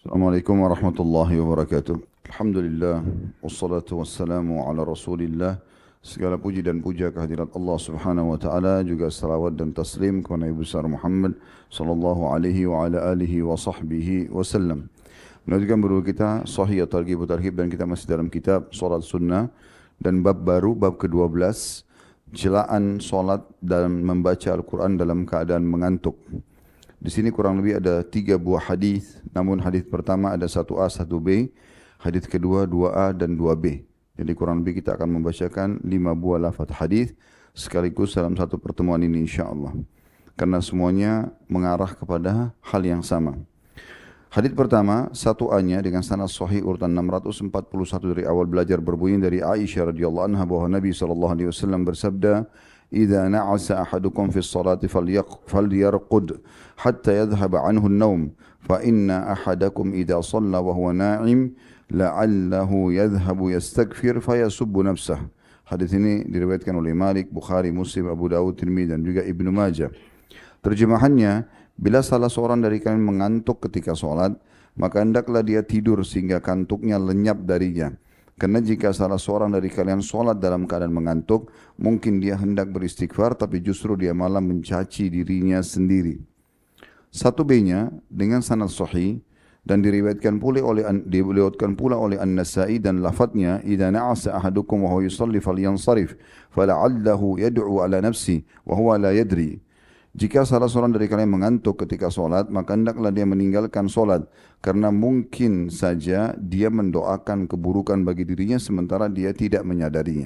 Assalamualaikum warahmatullahi wabarakatuh. Alhamdulillah, wassalatu wassalamu ala rasulillah. Segala puji dan puja kehadirat Allah subhanahu wa ta'ala, juga salawat dan taslim kepada Nabi besar Muhammad sallallahu alaihi wa ala alihi wa sahbihi wasallam. Melanjutkan berulang kita Sahih Targhib Tarhib, dan kita masih dalam kitab Salat Sunnah dan bab baru, bab ke-12, celaan salat dan membaca Al-Quran dalam keadaan mengantuk. Di sini kurang lebih ada 3 buah hadis, namun hadis pertama ada 1A, 1B, hadis kedua 2A dan 2B. Jadi kurang lebih kita akan membacakan 5 buah lafaz hadis sekaligus dalam satu pertemuan ini insyaAllah. Karena semuanya mengarah kepada hal yang sama. Hadis pertama 1A-nya dengan sanad sahih urutan 641 dari awal belajar berbunyi dari Aisyah radhiyallahu anha bahwa Nabi SAW bersabda, إذا نعس أحدكم في الصلاة فليرقد حتى يذهب عنه النوم فإن أحدكم إذا صلى وهو ناعم لعله يذهب يستغفر فيسب نفسه. Hadis ini diriwayatkan oleh Malik, Bukhari, Muslim, Abu Dawud, Tirmidzi dan juga Ibnu Majah. Terjemahannya, bila salah seorang dari kalian mengantuk ketika sholat, maka hendaklah dia tidur sehingga kantuknya lenyap darinya. Karena jika salah seorang dari kalian sholat dalam keadaan mengantuk, mungkin dia hendak beristighfar, tapi justru dia malah mencaci dirinya sendiri. 1B-nya dengan sanad sahih dan diriwayatkan pula oleh An-Nasa'i dan lafadznya, "Idza na'asa ahadukum wa huwa yusalli falyansarif, fala'allahu yad'u ala nafsi wa huwa la yadri." Jika salah seorang dari kalian mengantuk ketika sholat, maka hendaklah dia meninggalkan sholat, karena mungkin saja dia mendoakan keburukan bagi dirinya sementara dia tidak menyadarinya.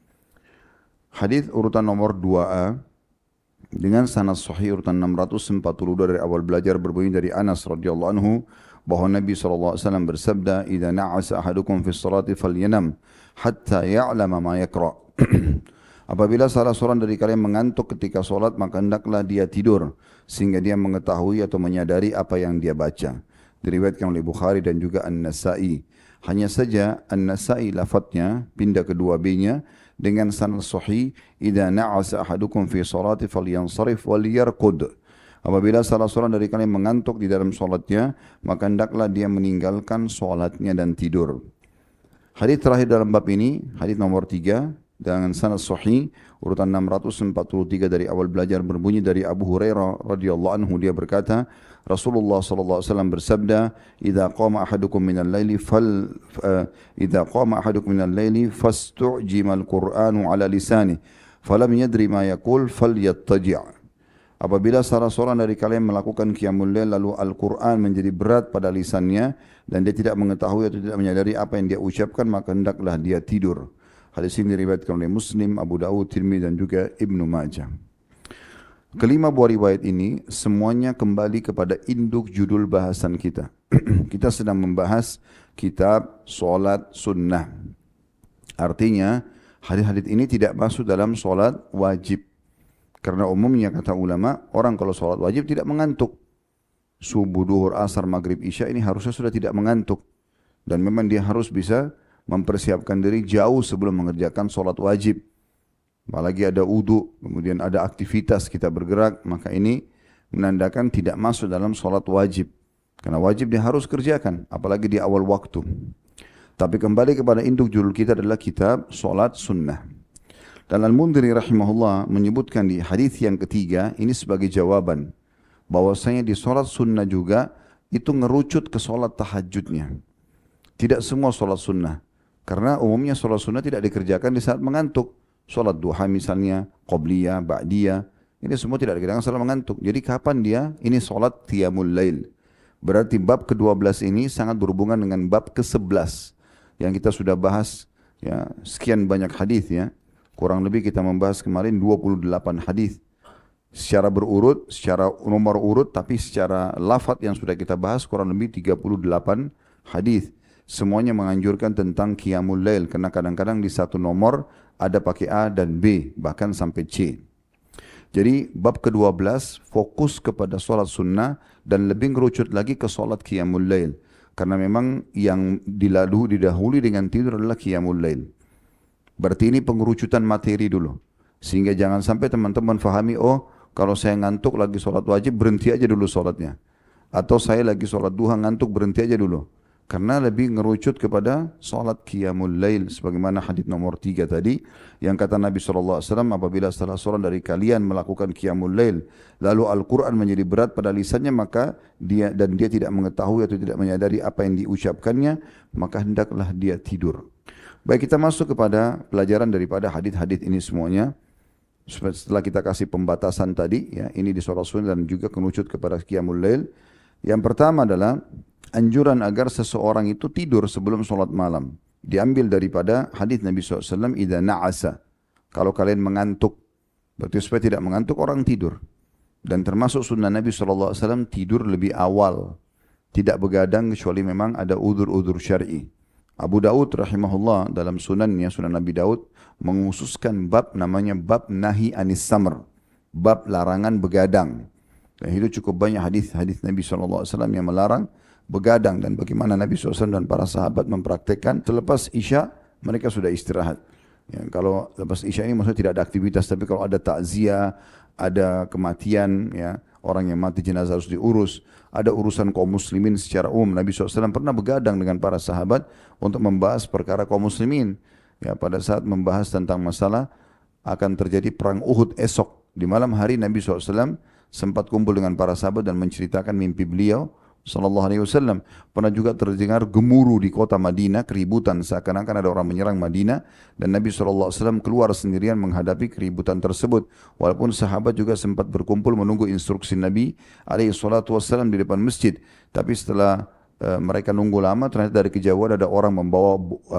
Hadis urutan nomor 2A dengan sanad sahih urutan 642 dari awal belajar berbunyi dari Anas radhiyallahu anhu bahwa Nabi SAW bersabda, "Idza na'asa ahadukum fi sholati falyanam hatta ya'lama ma yaqra." Apabila salah seorang dari kalian mengantuk ketika sholat, maka hendaklah dia tidur sehingga dia mengetahui atau menyadari apa yang dia baca. Diriwayatkan oleh Bukhari dan juga An-Nasa'i. Hanya saja An-Nasa'i lafadznya pindah ke 2B-nya dengan sanad sahih, "Idza na'asa ahadukum fi sholati falyansarif walyarqud." Apabila salah seorang dari kalian mengantuk di dalam sholatnya, maka hendaklah dia meninggalkan sholatnya dan tidur. Hadis terakhir dalam bab ini, hadis nomor 3 dengan sanad sahih urutan 643 dari awal belajar berbunyi dari Abu Hurairah radhiyallahu anhu, dia berkata, Rasulullah sallallahu alaihi wasallam bersabda, "Idza qama ahadukum minal laili fastu'jimal Qur'anu ala lisani falam yadri ma yaqul falyattaji'." Apabila salah seorang dari kalian melakukan qiyamul lail lalu Al-Quran menjadi berat pada lisannya dan dia tidak mengetahui atau tidak menyadari apa yang dia ucapkan, maka hendaklah dia tidur. Hadis ini diriwayatkan oleh Muslim, Abu Dawud, Tirmidzi dan juga Ibnu Majah. Kelima buah riwayat ini semuanya kembali kepada induk judul bahasan kita. Kita sedang membahas kitab Salat Sunnah. Artinya hadis-hadis ini tidak masuk dalam salat wajib. Karena umumnya kata ulama, orang kalau salat wajib tidak mengantuk. Subuh, duhur, asar, maghrib, isya ini harusnya sudah tidak mengantuk. Dan memang dia harus bisa mempersiapkan diri jauh sebelum mengerjakan sholat wajib. Apalagi ada wudu, kemudian ada aktivitas kita bergerak, maka ini menandakan tidak masuk dalam sholat wajib. Karena wajib dia harus kerjakan, apalagi di awal waktu. Tapi kembali kepada induk judul kita adalah kitab Salat Sunnah. Dan Al-Mundhiri rahimahullah menyebutkan di hadis yang ketiga ini sebagai jawaban bahwasanya di sholat sunnah juga itu ngerucut ke sholat tahajudnya. Tidak semua sholat sunnah. Karena umumnya sholat sunnah tidak dikerjakan di saat mengantuk. Sholat duha misalnya, qobliyah, ba'diyah. Ini semua tidak dikerjakan saat mengantuk. Jadi kapan dia? Ini sholat qiyamul lail. Berarti bab ke-12 ini sangat berhubungan dengan bab ke-11. Yang kita sudah bahas ya, sekian banyak hadis ya. Kurang lebih kita membahas kemarin 28 hadis. Secara berurut, secara nomor urut, tapi secara lafaz yang sudah kita bahas kurang lebih 38 hadis. Semuanya menganjurkan tentang qiyamul lail, karena kadang-kadang di satu nomor ada pakai A dan B, bahkan sampai C. Jadi bab ke-12 fokus kepada solat sunnah dan lebih ngerucut lagi ke solat qiyamul lail. Karena memang yang didahului dengan tidur adalah qiyamul lail. Berarti ini pengerucutan materi dulu. Sehingga jangan sampai teman-teman fahami, oh kalau saya ngantuk lagi solat wajib berhenti aja dulu solatnya. Atau saya lagi sholat duha ngantuk berhenti aja dulu. Karena lebih ngerucut kepada sholat qiyamul lail. Sebagaimana hadis nomor 3 tadi. Yang kata Nabi SAW, apabila salah seorang dari kalian melakukan qiyamul lail. Lalu Al-Quran menjadi berat pada lisannya, maka dia tidak mengetahui atau tidak menyadari apa yang diucapkannya, maka hendaklah dia tidur. Baik, kita masuk kepada pelajaran daripada hadis-hadis ini semuanya. Setelah kita kasih pembatasan tadi, ya, ini di sholat sunnah dan juga kenucut kepada qiyamul lail. Yang pertama adalah anjuran agar seseorang itu tidur sebelum sholat malam. Diambil daripada hadis Nabi SAW, idza na'asa. Kalau kalian mengantuk, berarti supaya tidak mengantuk orang tidur. Dan termasuk sunnah Nabi SAW tidur lebih awal. Tidak begadang kecuali memang ada udzur-udzur syar'i. Abu Daud rahimahullah dalam sunannya, sunan Nabi Daud, menghususkan bab namanya bab nahi anis samr. Bab larangan begadang. Dan itu cukup banyak hadis-hadis Nabi SAW yang melarang begadang dan bagaimana Nabi SAW dan para sahabat mempraktekkan selepas Isya mereka sudah istirahat. Ya, kalau lepas Isya ini maksudnya tidak ada aktivitas, tapi kalau ada takziah, ada kematian, ya, orang yang mati jenazah harus diurus, ada urusan kaum muslimin secara umum. Nabi SAW pernah begadang dengan para sahabat untuk membahas perkara kaum muslimin. Ya, pada saat membahas tentang masalah akan terjadi perang Uhud esok, di malam hari Nabi SAW sempat kumpul dengan para sahabat dan menceritakan mimpi beliau sallallahu alaihi wasallam. Pernah juga terdengar gemuruh di kota Madinah, keributan seakan-akan ada orang menyerang Madinah, dan Nabi sallallahu alaihi wasallam keluar sendirian menghadapi keributan tersebut. Walaupun sahabat juga sempat berkumpul menunggu instruksi Nabi alaihi salatu wasallam di depan masjid. Tapi setelah mereka nunggu lama, ternyata dari kejauhan ada orang membawa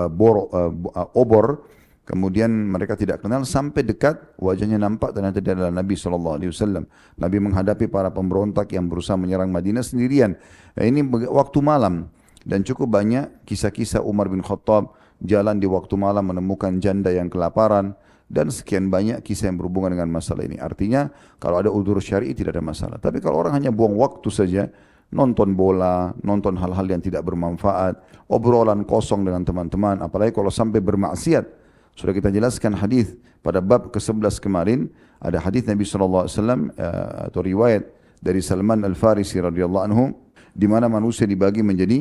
obor. Kemudian mereka tidak kenal sampai dekat, wajahnya nampak ternyata dia adalah Nabi SAW. Nabi menghadapi para pemberontak yang berusaha menyerang Madinah sendirian. Nah, ini waktu malam. Dan cukup banyak kisah-kisah Umar bin Khattab jalan di waktu malam menemukan janda yang kelaparan. Dan sekian banyak kisah yang berhubungan dengan masalah ini. Artinya kalau ada udzur syar'i tidak ada masalah. Tapi kalau orang hanya buang waktu saja, nonton bola, nonton hal-hal yang tidak bermanfaat, obrolan kosong dengan teman-teman, apalagi kalau sampai bermaksiat. Sudah kita jelaskan hadis pada bab ke-11 kemarin, ada hadis Nabi SAW atau riwayat dari Salman Al-Farisi radhiyallahu anhu, di mana manusia dibagi menjadi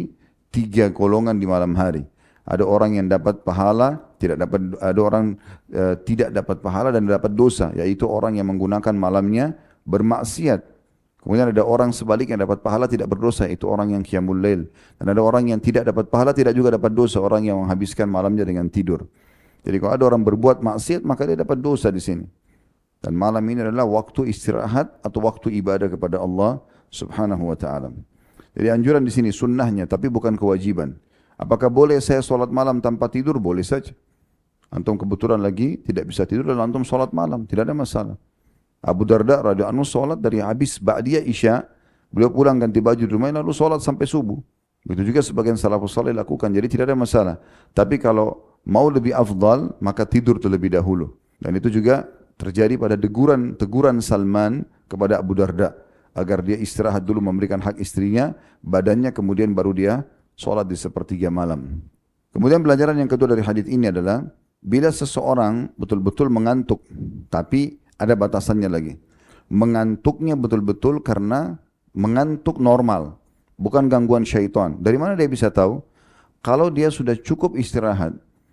3 golongan di malam hari. Ada orang yang dapat pahala, ada orang tidak dapat pahala dan dapat dosa, yaitu orang yang menggunakan malamnya bermaksiat. Kemudian ada orang sebaliknya dapat pahala tidak berdosa, itu orang yang qiyamul lail. Dan ada orang yang tidak dapat pahala tidak juga dapat dosa, orang yang menghabiskan malamnya dengan tidur. Jadi kalau ada orang berbuat maksiat, maka dia dapat dosa di sini. Dan malam ini adalah waktu istirahat atau waktu ibadah kepada Allah Subhanahu wa taala. Jadi anjuran di sini sunnahnya, tapi bukan kewajiban. Apakah boleh saya sholat malam tanpa tidur? Boleh saja. Antum kebetulan lagi tidak bisa tidur dan antum sholat malam, tidak ada masalah. Abu Darda radhiyallahu anhu sholat dari habis ba'diyah Isya, beliau pulang ganti baju di rumah lalu sholat sampai subuh. Begitu juga sebagian salafus saleh lakukan, jadi tidak ada masalah. Tapi kalau mau lebih afdal, maka tidur terlebih dahulu. Dan itu juga terjadi pada teguran Salman kepada Abu Darda, agar dia istirahat dulu memberikan hak istrinya, badannya kemudian baru dia sholat di sepertiga malam. Kemudian pelajaran yang kedua dari hadis ini adalah, bila seseorang betul-betul mengantuk, tapi ada batasannya lagi. Mengantuknya betul-betul karena mengantuk normal, bukan gangguan syaitan. Dari mana dia bisa tahu? Kalau dia sudah cukup istirahat,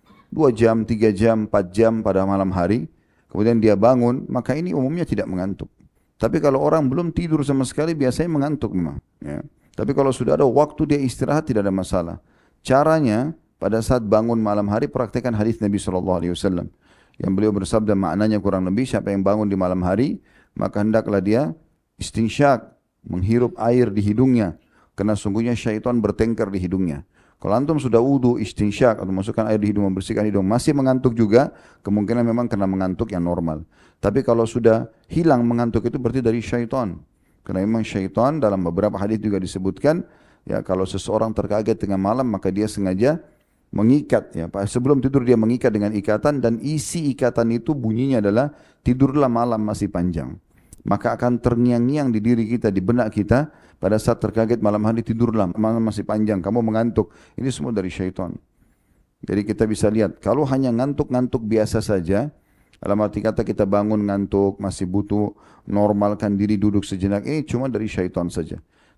2 jam, 3 jam, 4 jam pada malam hari, kemudian dia bangun, maka ini umumnya tidak mengantuk. Tapi kalau orang belum tidur sama sekali, biasanya mengantuk memang. Ya. Tapi kalau sudah ada waktu dia istirahat, tidak ada masalah. Caranya, pada saat bangun malam hari, praktekkan hadis Nabi SAW. Yang beliau bersabda maknanya kurang lebih, siapa yang bangun di malam hari, maka hendaklah dia istinsyak, menghirup air di hidungnya. Karena sungguhnya syaitan bertengkar di hidungnya. Kalau antum sudah wudu, istinsyak atau masukkan air di hidung, membersihkan hidung, masih mengantuk juga, kemungkinan memang kena mengantuk yang normal. Tapi kalau sudah hilang mengantuk itu berarti dari syaitan. Karena memang syaitan dalam beberapa hadis juga disebutkan, ya kalau seseorang terkaget tengah malam, maka dia sengaja mengikat. Ya, sebelum tidur dia mengikat dengan ikatan, dan isi ikatan itu bunyinya adalah, tidurlah malam masih panjang. Maka akan terngiang-ngiang di diri kita, di benak kita, pada saat terkaget malam hari, tidurlah, malam masih panjang, kamu mengantuk. Ini semua dari syaitan. Jadi kita bisa lihat, kalau hanya ngantuk-ngantuk biasa saja, dalam arti kata kita bangun ngantuk, masih butuh normalkan diri duduk sejenak, ini cuma dari syaitan saja.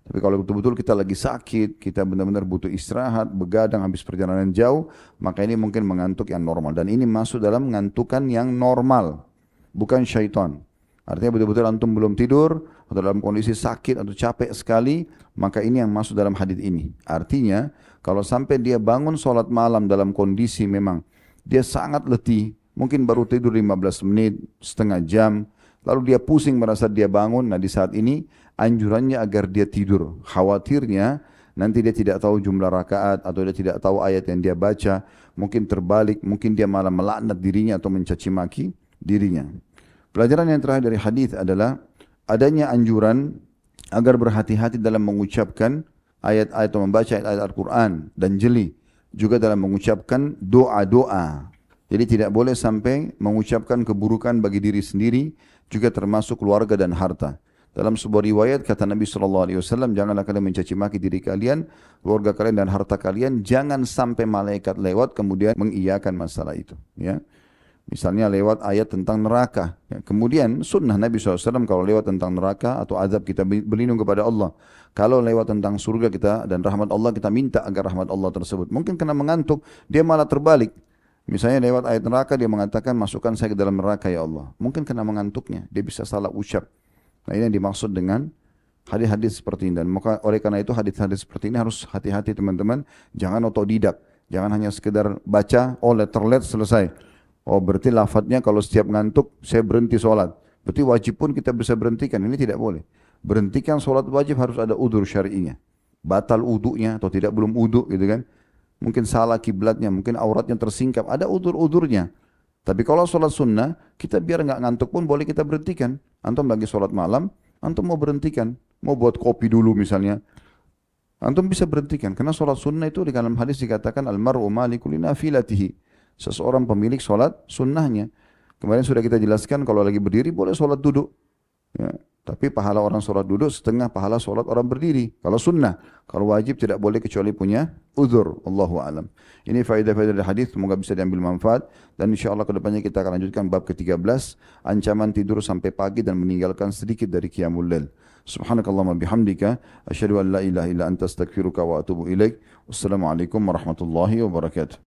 Tapi kalau betul-betul kita lagi sakit, kita benar-benar butuh istirahat, begadang habis perjalanan jauh, maka ini mungkin mengantuk yang normal. Dan ini masuk dalam mengantukan yang normal, bukan syaitan. Artinya betul-betul antum belum tidur, atau dalam kondisi sakit atau capek sekali, maka ini yang masuk dalam hadis ini. Artinya, kalau sampai dia bangun sholat malam dalam kondisi memang dia sangat letih, mungkin baru tidur 15 menit, setengah jam, lalu dia pusing merasa dia bangun. Nah di saat ini anjurannya agar dia tidur. Khawatirnya nanti dia tidak tahu jumlah rakaat atau dia tidak tahu ayat yang dia baca. Mungkin terbalik, mungkin dia malah melaknat dirinya atau mencaci maki dirinya. Pelajaran yang terakhir dari hadis adalah adanya anjuran agar berhati-hati dalam mengucapkan ayat-ayat atau membaca ayat-ayat Al-Quran dan jeli. Juga dalam mengucapkan doa-doa. Jadi tidak boleh sampai mengucapkan keburukan bagi diri sendiri, juga termasuk keluarga dan harta. Dalam sebuah riwayat kata Nabi SAW, janganlah kalian mencaci maki diri kalian, keluarga kalian dan harta kalian, jangan sampai malaikat lewat kemudian mengiyakan masalah itu. Ya. Misalnya lewat ayat tentang neraka. Ya. Kemudian sunnah Nabi SAW kalau lewat tentang neraka atau azab kita berlindung kepada Allah. Kalau lewat tentang surga kita dan rahmat Allah kita minta agar rahmat Allah tersebut. Mungkin kena mengantuk, dia malah terbalik. Misalnya lewat ayat neraka dia mengatakan masukkan saya ke dalam neraka ya Allah. Mungkin kena mengantuknya, dia bisa salah ucap. Nah ini yang dimaksud dengan hadis-hadis seperti ini. Dan maka oleh karena itu hadis-hadis seperti ini harus hati-hati teman-teman. Jangan otodidak, jangan hanya sekedar baca, oh letter selesai. Oh berarti lafadznya kalau setiap ngantuk saya berhenti sholat. Berarti wajib pun kita bisa berhentikan, ini tidak boleh. Berhentikan sholat wajib harus ada udzur syar'inya. Batal uduknya atau tidak belum uduk gitu kan. Mungkin salah kiblatnya, mungkin auratnya tersingkap, ada udur-udurnya. Tapi kalau sholat sunnah, kita biar nggak ngantuk pun boleh kita berhentikan. Antum lagi sholat malam, antum mau berhentikan, mau buat kopi dulu misalnya, antum bisa berhentikan. Karena sholat sunnah itu di dalam hadis dikatakan almaru malikul nafilatihi, seseorang pemilik sholat sunnahnya. Kemarin sudah kita jelaskan kalau lagi berdiri boleh sholat duduk. Ya. Tapi pahala orang sholat duduk setengah pahala sholat orang berdiri. Kalau sunnah, kalau wajib tidak boleh kecuali punya uzur. Allahu a'lam. Ini faedah-faedah dari hadis, semoga bisa diambil manfaat. Dan insya Allah kedepannya kita akan lanjutkan bab ke-13. Ancaman tidur sampai pagi dan meninggalkan sedikit dari qiyamul lail. Subhanakallahumma bihamdika. Asyhadu an la ilaha illa anta astaghfiruka wa atubu ilaik. Wassalamualaikum warahmatullahi wabarakatuh.